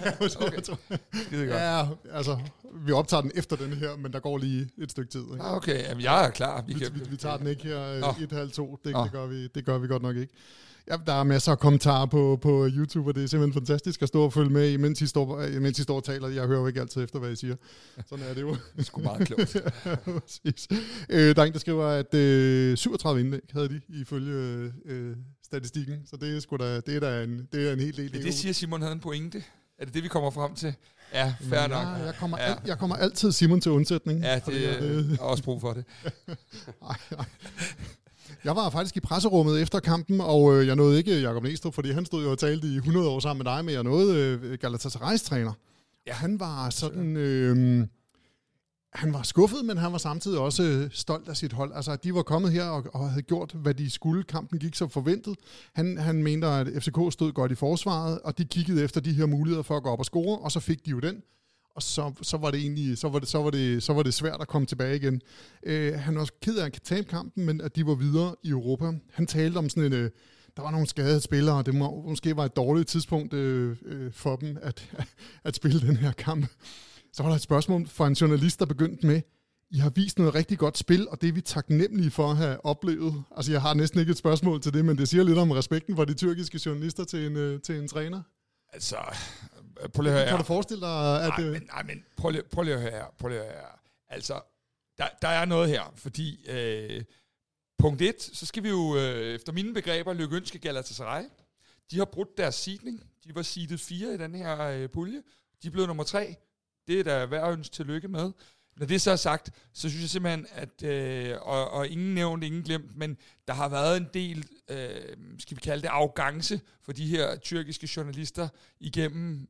Okay. Ja, altså, vi optager den efter den her, men der går lige et stykke tid. Ikke? Ah, okay, jamen, jeg er klar. Vi, vi, kan, vi, vi tager den ikke her øh, oh. et, halv, to. Det, oh. det, gør vi, det gør vi godt nok ikke. Ja, der er masser af kommentarer på, på YouTube, og det er simpelthen fantastisk at stå og følge med, imens I står, imens I står og taler. Jeg hører jo ikke altid efter, hvad I siger. Sådan er det jo. Det er sgu meget klogt. Ja, præcis. Øh, der er en, der skriver, at øh, syvogtredive indlæg havde de ifølge øh, statistikken, så det er, sgu da, det er da en, det er en helt del. Det, det siger Simon havde en pointe. Er det det, vi kommer frem til? Ja, fair ja, nok. Jeg kommer, ja. al, jeg kommer altid Simon til undsætning. Ja, det er også brug for det. Ej, ej. Jeg var faktisk i presserummet efter kampen, og øh, jeg nåede ikke Jakob Næstrup, fordi han stod jo og talte i hundrede år sammen med dig, men jeg nåede øh, Galatasarays træner. Ja. Han var sådan... Øh, han var skuffet, men han var samtidig også stolt af sit hold. Altså, de var kommet her og, og havde gjort, hvad de skulle. Kampen gik som forventet. Han, han mente, at F C K stod godt i forsvaret, og de kiggede efter de her muligheder for at gå op og score, og så fik de jo den. Og så, så var det egentlig så var det, så var det, så var det svært at komme tilbage igen. Øh, han var også ked af at tabe kampen, men at de var videre i Europa. Han talte om sådan en... Øh, der var nogle skadede spillere, og det må, måske var et dårligt tidspunkt øh, øh, for dem at, at spille den her kamp. Så var der et spørgsmål fra en journalist, der begyndte med, I har vist noget rigtig godt spil, og det er vi taknemmelige for at have oplevet. Altså, jeg har næsten ikke et spørgsmål til det, men det siger lidt om respekten for de tyrkiske journalister til en, øh, til en træner. Altså, prøv lige at høre her. Kan du forestille dig, at... Nej, men, nej, men prøv lige, prøv lige at høre her. Prøv lige at høre her. Altså, der, der er noget her, fordi øh, punkt et, så skal vi jo øh, efter mine begreber lykønske Galatasaray. De har brudt deres seedning. De var seedet fire i den her øh, pulje. De er blevet nummer tre. Det er der værd at ønske tillykke med. Når det så er sagt, så synes jeg simpelthen, at, øh, og, og ingen nævnt, ingen glemt, men der har været en del, øh, skal vi kalde det, arrogance for de her tyrkiske journalister igennem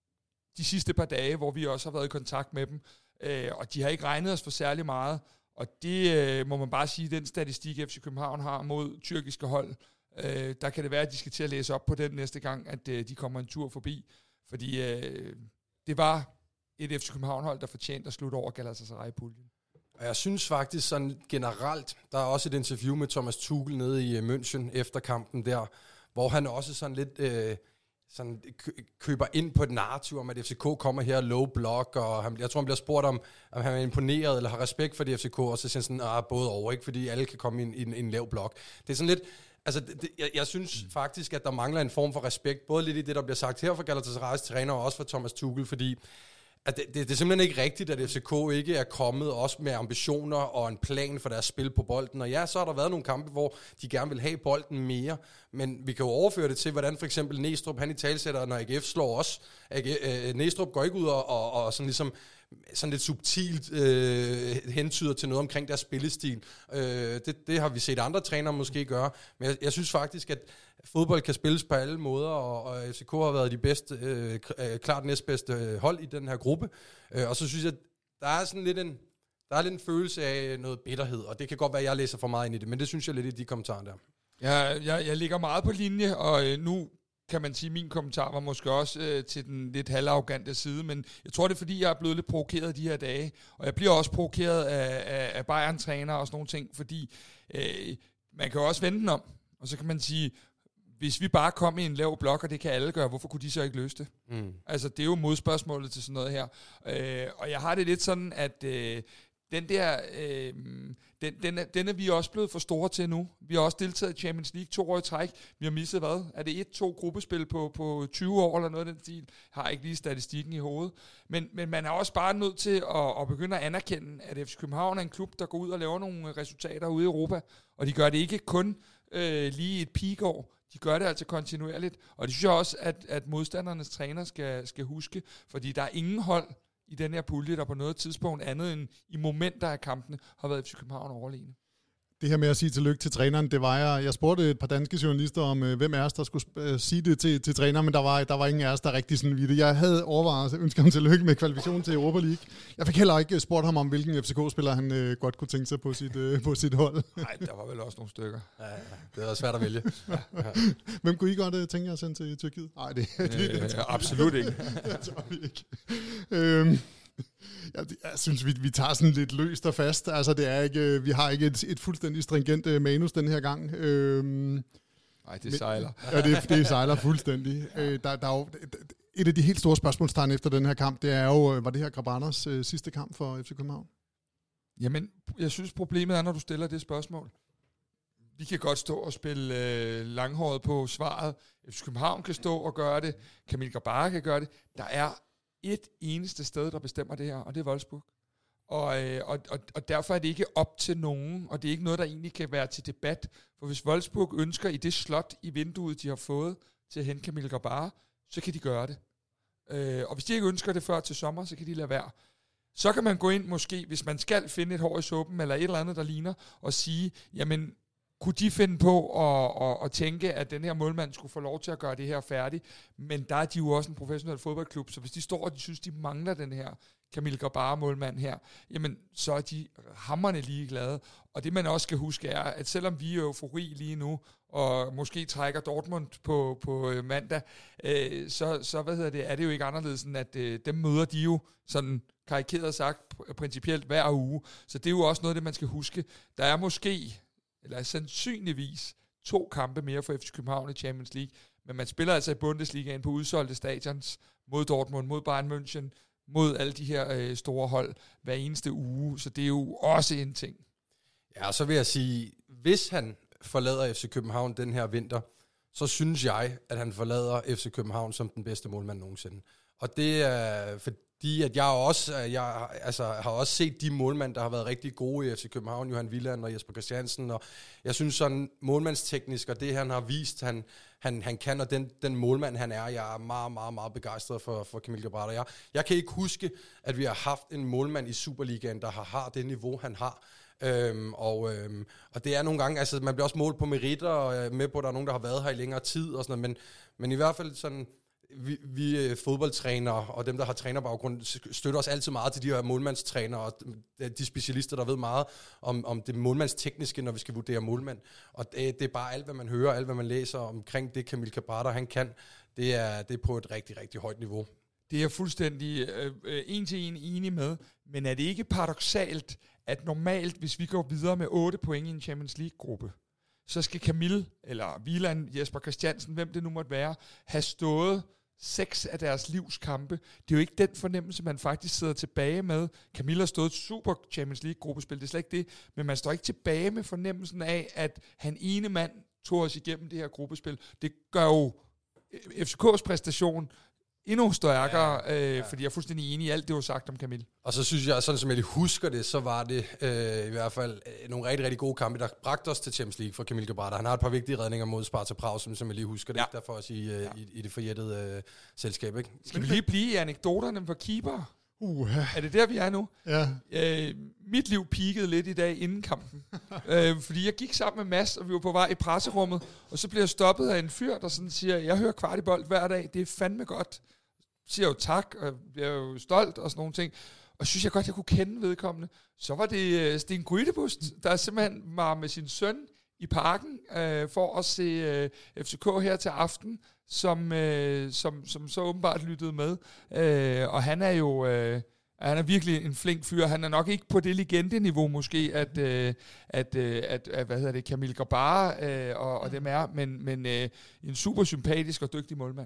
de sidste par dage, hvor vi også har været i kontakt med dem. Øh, og de har ikke regnet os for særlig meget. Og det øh, må man bare sige, den statistik F C København har mod tyrkiske hold, øh, der kan det være, at de skal til at læse op på den næste gang, at øh, de kommer en tur forbi. Fordi øh, det var et F C København-hold, der fortjente at slutte over Galatasaray-puljen. Og jeg synes faktisk sådan generelt, der er også et interview med Thomas Tuchel nede i München efter kampen der, hvor han også sådan lidt øh, sådan køber ind på et narrativ om, at F C K kommer her low block, og han, jeg tror, han bliver spurgt om, om han er imponeret eller har respekt for det F C K, og så siger han sådan, ah, både over, ikke, fordi alle kan komme ind i en, en lav blok. Det er sådan lidt, altså det, jeg, jeg synes mm. faktisk, at der mangler en form for respekt, både lidt i det, der bliver sagt her fra Galatasarays træner, og også fra Thomas Tuchel, fordi at det, det, det er simpelthen ikke rigtigt, at F C K ikke er kommet også med ambitioner og en plan for deres spil på bolden. Og ja, så har der været nogle kampe, hvor de gerne vil have bolden mere, men vi kan jo overføre det til, hvordan for eksempel Næstrup, han i talsætter, når A G F slår os. Næstrup går ikke ud og, og, og sådan ligesom sådan lidt subtilt øh, hentyder til noget omkring deres spillestil. Øh, det, det har vi set andre trænere måske gøre, men jeg, jeg synes faktisk, at fodbold kan spilles på alle måder, og, og F C K har været de bedste, øh, klart næstbedste hold i den her gruppe. Øh, og så synes jeg, der er sådan lidt en, der er lidt en følelse af noget bitterhed, og det kan godt være, at jeg læser for meget ind i det, men det synes jeg lidt i de kommentarer der. Jeg, jeg, jeg ligger meget på linje, og øh, nu kan man sige, at min kommentar var måske også øh, til den lidt halvarrogante side, men jeg tror, det er, fordi jeg er blevet lidt provokeret de her dage, og jeg bliver også provokeret af, af, af Bayern-træner og sådan nogle ting, fordi øh, man kan jo også vende den om, og så kan man sige, hvis vi bare kom i en lav blok, og det kan alle gøre, hvorfor kunne de så ikke løse det? Mm. Altså, det er jo modspørgsmålet til sådan noget her. Øh, og jeg har det lidt sådan, at øh, den der, øh, den, den, er, den er vi også blevet for store til nu. Vi har også deltaget i Champions League to år i træk. Vi har misset hvad? Er det et, to gruppespil på, på tyve år eller noget af den stil? Jeg har ikke lige statistikken i hovedet. Men, men man er også bare nødt til at, at begynde at anerkende, at F C København er en klub, der går ud og laver nogle resultater ude i Europa. Og de gør det ikke kun øh, lige et peak-år. De gør det altså kontinuerligt, og det synes jeg også, at, at modstandernes træner skal, skal huske, fordi der er ingen hold i den her pulje, der på noget tidspunkt andet end i momenter af kampene har været F C København overlegne. Det her med at sige tillykke til træneren, det var jeg. Jeg spurgte et par danske journalister om, hvem af os, der skulle uh, sige det til, til træneren, men der var, der var ingen af os, der rigtig sådan vidt. Jeg havde overvejet at ønske ham tillykke med kvalifikationen til Europa League. Jeg fik heller ikke spurgt ham om, hvilken F C K-spiller han uh, godt kunne tænke sig på sit, uh, på sit hold. Nej, der var vel også nogle stykker. Ja, ja. Det var svært at vælge. Ja. Hvem kunne I godt uh, tænke jer at sende til Tyrkiet? Nej, det, det, det, øh, det absolut ikke. Det tror vi ikke. Øhm. Jeg, jeg synes, vi, vi tager sådan lidt løst og fast. Altså, det er ikke, vi har ikke et, et fuldstændig stringent uh, manus den her gang. Øhm, Nej, det sejler. Ja, det, det sejler fuldstændig. Øh, der, der er jo, et af de helt store spørgsmålstegn efter den her kamp, det er jo, var det her Grabaners øh, sidste kamp for F C København? Jamen, jeg synes, problemet er, når du stiller det spørgsmål. Vi kan godt stå og spille øh, langhåret på svaret. F C København kan stå og gøre det. Kamil Grabara kan gøre det. Der er et eneste sted, der bestemmer det her, og det er Wolfsburg. Og, øh, og, og, og derfor er det ikke op til nogen, og det er ikke noget, der egentlig kan være til debat. For hvis Wolfsburg ønsker i det slot i vinduet, de har fået til at hente Kamil Grabara, så kan de gøre det. Øh, og hvis de ikke ønsker det før til sommer, så kan de lade være. Så kan man gå ind måske, hvis man skal finde et hår i suppen, eller et eller andet, der ligner, og sige, jamen, kunne de finde på at, at, at tænke, at den her målmand skulle få lov til at gøre det her færdigt. Men der er de jo også en professionel fodboldklub, så hvis de står og de synes, de mangler den her Camille Grabara målmand her, jamen så er de hamrende ligeglade. Og det man også skal huske er, at selvom vi er eufori lige nu, og måske trækker Dortmund på, på øh, mandag, øh, så, så hvad hedder det, er det jo ikke anderledes, end at øh, dem møder de jo sådan karikeret sagt principielt hver uge. Så det er jo også noget, det man skal huske. Der er måske, eller sandsynligvis, to kampe mere for F C København i Champions League, men man spiller altså i Bundesligaen på udsolgte stadions mod Dortmund, mod Bayern München, mod alle de her øh, store hold hver eneste uge, så det er jo også en ting. Ja, og så vil jeg sige, hvis han forlader F C København den her vinter, så synes jeg, at han forlader F C København som den bedste målmand nogensinde. Og det er fordi, at jeg også jeg, altså, har også set de målmænd, der har været rigtig gode i F C København, Johan Wieland og Jesper Christiansen, og jeg synes sådan målmandsteknisk, og det han har vist, han, han, han kan, og den, den målmand han er, jeg er meget, meget, meget begejstret for, for Camille Grabara. Jeg, jeg kan ikke huske, at vi har haft en målmand i Superligaen, der har, har det niveau, han har. Øhm, og, øhm, og det er nogle gange, altså man bliver også målt på meritter, og jeg er med på, at der er nogen, der har været her i længere tid, og sådan noget, men, men i hvert fald sådan, vi, vi fodboldtrænere, og dem, der har trænerbaggrund, støtter os altid meget til de her målmandstrænere, og de specialister, der ved meget om, om det målmandstekniske, når vi skal vurdere målmand. Og det, det er bare alt, hvad man hører, alt, hvad man læser omkring det, Camille Grabara, han kan, det er, det er på et rigtig, rigtig højt niveau. Det er jeg fuldstændig øh, en til en enig med, men er det ikke paradoksalt, at normalt, hvis vi går videre med otte point i en Champions League-gruppe, så skal Camille, eller Wieland, Jesper Christiansen, hvem det nu måtte være, have stået seks af deres livskampe. Det er jo ikke den fornemmelse, man faktisk sidder tilbage med. Camille har stået et super Champions League-gruppespil, det er slet ikke det, men man står ikke tilbage med fornemmelsen af, at han ene mand tog os igennem det her gruppespil. Det gør jo F C K's præstation endnu størkere, ja, ja. Øh, fordi jeg er fuldstændig enig i alt det, du har sagt om Camille. Og så synes jeg, sådan som jeg lige husker det, så var det øh, i hvert fald øh, nogle rigtig, rigtig gode kampe, der bragte os til Champions League for Camille Grabara. Han har et par vigtige redninger mod Sparta Prag, som, som jeg lige husker det, ja. Derfor også i, øh, ja. i, i det forjættede øh, selskab. Ikke? Skal vi lige blive i anekdoterne for keeper? Uh-huh. Er det der, vi er nu? Ja. Øh, mit liv peakede lidt i dag inden kampen. øh, fordi jeg gik sammen med Mads, og vi var på vej i presserummet, og så blev jeg stoppet af en fyr, der sådan siger, jeg hører Kvartibold hver dag, det er fandme godt. Siger jo tak, og jeg er jo stolt og sådan nogle ting. Og synes jeg godt, jeg kunne kende vedkommende. Så var det uh, Sten Grydebust, der simpelthen var med sin søn i parken uh, for at se uh, F C K her til aften, som, uh, som, som så åbenbart lyttede med. Uh, og han er jo uh, han er virkelig en flink fyr. Han er nok ikke på det legende-niveau måske, at, uh, at, uh, at, at hvad hedder det, Camille Grabara uh, og, og dem er, men, men uh, en super sympatisk og dygtig målmand.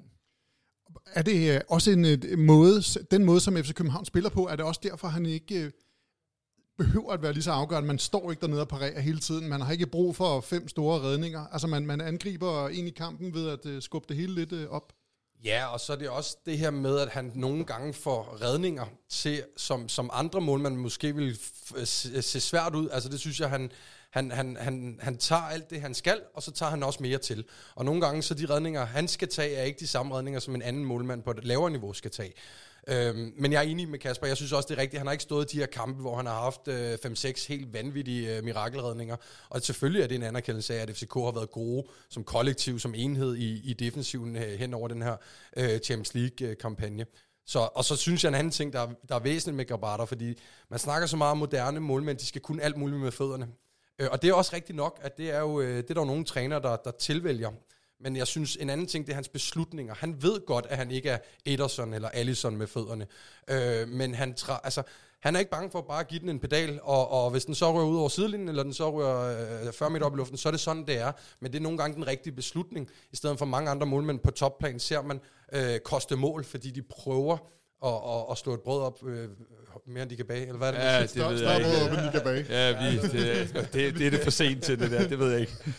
Er det også en måde, den måde, som F C København spiller på, er det også derfor, han ikke behøver at være lige så afgørende? Man står ikke dernede og parerer hele tiden. Man har ikke brug for fem store redninger. Altså, man, man angriber ind i kampen ved at skubbe det hele lidt op. Ja, og så er det også det her med, at han nogle gange får redninger til, som, som andre målmænd måske vil f- se, se svært ud. Altså, det synes jeg, han... Han, han, han, han tager alt det, han skal, og så tager han også mere til. Og nogle gange, så de redninger, han skal tage, er ikke de samme redninger, som en anden målmand på et lavere niveau skal tage. Øhm, men jeg er enig med Kasper. Jeg synes også, det er rigtigt. Han har ikke stået i de her kampe, hvor han har haft øh, fem seks helt vanvittige øh, mirakelredninger. Og selvfølgelig er det en anerkendelse af, at F C K har været gode som kollektiv, som enhed i, i defensiven øh, hen over den her øh, Champions League-kampagne. Så, og så synes jeg en anden ting, der, der er væsentligt med Grabara, fordi man snakker så meget om moderne målmænd, de skal kunne alt muligt med fødderne. Og det er også rigtigt nok, at det er jo det er der jo nogle trænere, der, der tilvælger. Men jeg synes, en anden ting, det er hans beslutninger. Han ved godt, at han ikke er Ederson eller Alisson med fødderne. Øh, men han, tra- altså, han er ikke bange for at bare give den en pedal, og, og hvis den så rører ud over sidelinjen, eller den så rører øh, fyrre meter op i luften, så er det sådan, det er. Men det er nogle gange den rigtige beslutning. I stedet for mange andre målmænd på topplan ser man øh, koste mål, fordi de prøver Og, og, og slå et brød op øh, mere end de kan bage, eller hvad er det? Ja, det Stop, ved jeg ikke. Brød op, end de kan bage. Ja, vi, det, det, det er det for sent til det der, det ved jeg ikke.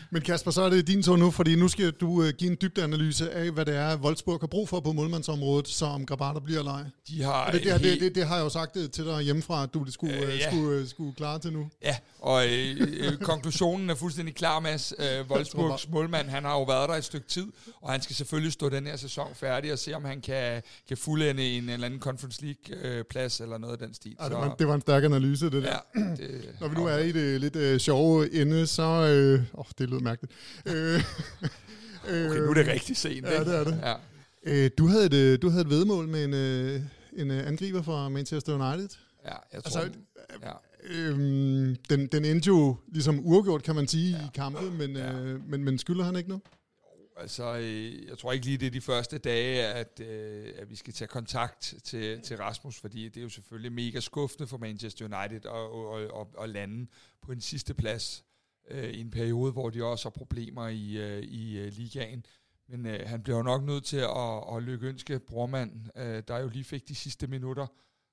Men Kasper, så er det din tur nu, fordi nu skal du uh, give en dybdeanalyse af, hvad det er, Wolfsburg har brug for på målmandsområdet, så om Grabara bliver eller ej. De har det, det, det, det, det har jeg jo sagt til dig hjemmefra, at du det skulle, øh, ja. skulle, uh, skulle klare til nu. Ja, og øh, konklusionen er fuldstændig klar, Mads. Øh, Wolfsburgs målmand, han har jo været der et stykke tid, og han skal selvfølgelig stå den her sæson færdig og se, om han kan, kan fuldende en eller anden Conference League-plads eller noget af den stil. Ja, det, var, det var en stærk analyse, det der. Ja, det, Når vi nu er i det lidt øh, sjove ende, så... Åh, øh, oh, det lød mærkeligt. Øh, okay, nu er det rigtig sent. Ja, det er det. Ja. Øh, du, havde et, du havde et vedmål med en, øh, en angriber fra Manchester United. Ja, jeg tror... Altså, ja. Øhm, den, den endte jo ligesom uafgjort, kan man sige, ja. i kampen, men, ja. øh, men, men skylder han ikke noget? Altså, jeg tror ikke lige, det er de første dage, at, øh, at vi skal tage kontakt til, til Rasmus, fordi det er jo selvfølgelig mega skuffende for Manchester United at, at, at, at lande på en sidste plads øh, i en periode, hvor de også har problemer i, øh, i øh, ligaen. Men øh, han bliver jo nok nødt til at, at lykønske Brormand, øh, der jo lige fik de sidste minutter.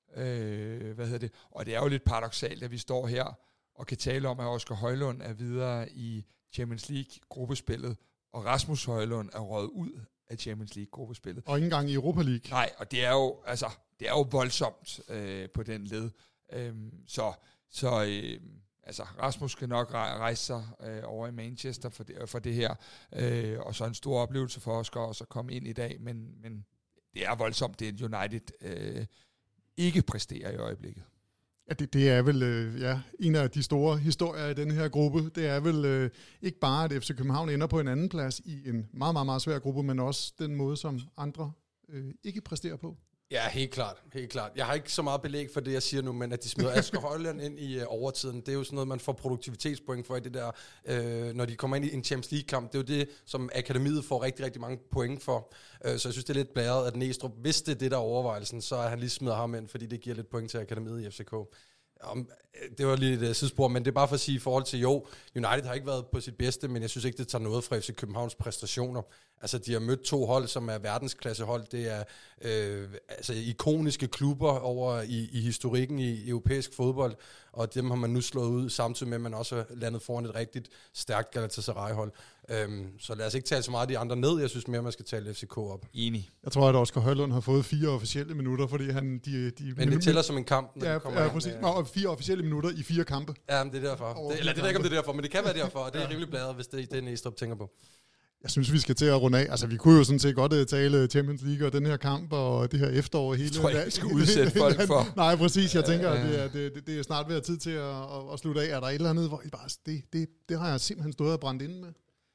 Øh, hvad hedder det? Og det er jo lidt paradoksalt, at vi står her og kan tale om, at Oscar Højlund er videre i Champions League-gruppespillet, og Rasmus Højlund er røget ud af Champions League-gruppespillet. Og ikke engang i Europa League. Nej, og det er jo, altså, det er jo voldsomt øh, på den led. Øhm, så så øh, altså, Rasmus skal nok rejse sig øh, over i Manchester for det, for det her. Øh, og så en stor oplevelse for Oscar også at komme ind i dag. Men, men det er voldsomt, det United øh, ikke præsterer i øjeblikket. Ja, det, det er vel øh, ja, en af de store historier i den her gruppe. Det er vel øh, ikke bare, at F C København ender på en anden plads i en meget, meget, meget svær gruppe, men også den måde, som andre øh, ikke præsterer på. Ja, helt klart, helt klart. Jeg har ikke så meget belæg for det, jeg siger nu, men at de smider Asger Højlund ind i øh, overtiden, det er jo sådan noget, man får produktivitetspoint for i det der, øh, når de kommer ind i en Champions League-kamp. Det er jo det, som akademiet får rigtig, rigtig mange point for. Øh, så jeg synes, det er lidt blæret, at Næstrup, hvis det er det, der er overvejelsen, så er han lige smider ham ind, fordi det giver lidt point til akademiet i F C K. Um, det var lige et uh, sidespor, men det er bare for at sige i forhold til, jo, United har ikke været på sit bedste, men jeg synes ikke, det tager noget fra F C Københavns præstationer. Altså, de har mødt to hold, som er verdensklassehold. Det er øh, altså ikoniske klubber over i, i historikken i europæisk fodbold, og dem har man nu slået ud, samtidig med, at man også har landet foran et rigtigt stærkt Galatasaray-hold. Um, så lad os ikke tale så meget af de andre ned. Jeg synes mere, man skal tale F C K op. Enig. Jeg tror, at Oscar Højlund har fået fire officielle minutter, fordi han... De, de men det tæller som en kamp, når ja, de kommer ja, ind. Præcis. Nå, fire officielle minutter i fire kampe. Ja, men det er derfor. Det, eller det er ikke, om det er derfor, men det kan være derfor, og det er ja. rimelig bladret, hvis det er det, Næstrup tænker på. Jeg synes, vi skal til at runde af. Altså, vi kunne jo sådan set godt uh, tale Champions League og den her kamp og det her efterår hele... Jeg tror ikke, vi skal udsætte folk for... Nej, præcis. Jeg tænker, at det er, det, det er snart ved at tid til at, at, at slutte af. Er der et eller andet, hvor I bare... Det, det, det har jeg simpelthen stået og brændt inde med.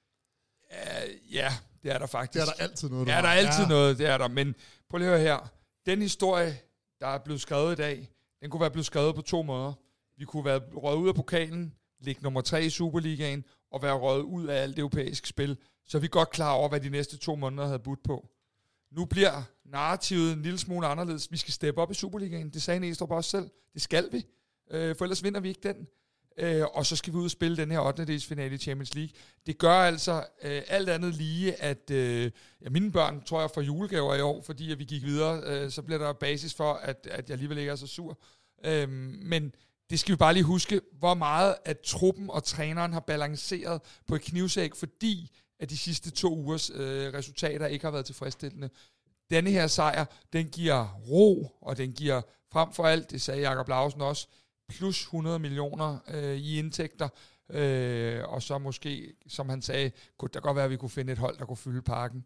Uh, ja, det er der faktisk. Det er der altid noget, der Ja, der er altid ja. noget, det er der. Men prøv lige at høre her. Den historie, der er blevet skrevet i dag, den kunne være blevet skrevet på to måder. Vi kunne være røget ud af pokalen, ligge nummer tre i Superligaen, og være røget ud af alt europæisk spil. Så er vi godt klar over, hvad de næste to måneder havde budt på. Nu bliver narrativet en lille smule anderledes. Vi skal steppe op i Superligaen. Det sagde Næstrup også selv. Det skal vi. Øh, for ellers vinder vi ikke den. Øh, og så skal vi ud og spille den her ottendedelsfinale i Champions League. Det gør altså øh, alt andet lige, at øh, ja, mine børn, tror jeg, får julegaver i år, fordi at vi gik videre. Øh, så bliver der basis for, at, at jeg alligevel ikke er så sur. Øh, men det skal vi bare lige huske, hvor meget at truppen og træneren har balanceret på et knivsæg, fordi at de sidste to ugers øh, resultater ikke har været tilfredsstillende. Denne her sejr, den giver ro, og den giver frem for alt, det sagde Jakob Lausen også, plus hundrede millioner øh, i indtægter, øh, og så måske, som han sagde, kunne der godt være, at vi kunne finde et hold, der kunne fylde parken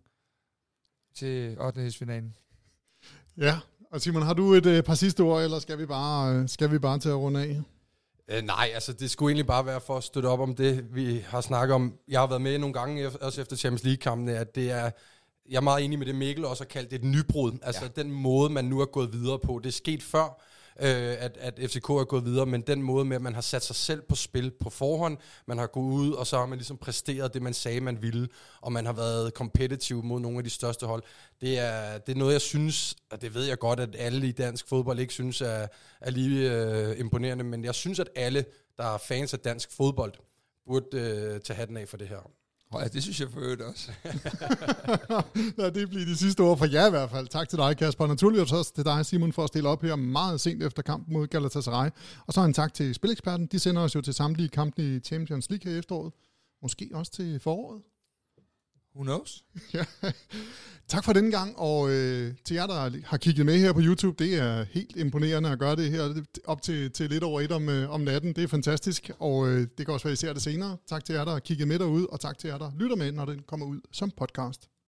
til ottendedelsfinalen. Ja, og Simon, har du et øh, par sidste ord, eller skal vi bare, øh, skal vi bare til at runde af? Øh, nej, altså det skulle egentlig bare være for at støtte op om det, vi har snakket om. Jeg har været med nogle gange, også efter Champions League-kampene, at det er, jeg er meget enig med det, Mikkel også har kaldt et nybrud. Altså ja. Den måde, man nu er gået videre på. Det er sket før, øh, at, at F C K er gået videre, men den måde med, at man har sat sig selv på spil på forhånd, man har gået ud, og så har man ligesom præsteret det, man sagde, man ville, og man har været kompetitiv mod nogle af de største hold. Det er, det er noget, jeg synes, og det ved jeg godt, at alle i dansk fodbold ikke synes er, er lige øh, imponerende, men jeg synes, at alle, der er fans af dansk fodbold, burde øh, tage hatten af for det her. Ja, det synes jeg for øvrigt også. Lad det blive de sidste ord for jer i hvert fald. Tak til dig, Kasper. Naturligvis også til dig, Simon, for at stille op her meget sent efter kampen mod Galatasaray. Og så en tak til Spileksperten. De sender os jo til samtlige kampe i Champions League her i efteråret. måske også til foråret. Who knows? Ja. Tak for denne gang, og øh, til jer, der har kigget med her på YouTube, det er helt imponerende at gøre det her op til, til lidt over et om, øh, om natten. Det er fantastisk, og øh, det kan også være, at I ser det senere. Tak til jer, der har kigget med derude, og tak til jer, der lytter med, når den kommer ud som podcast.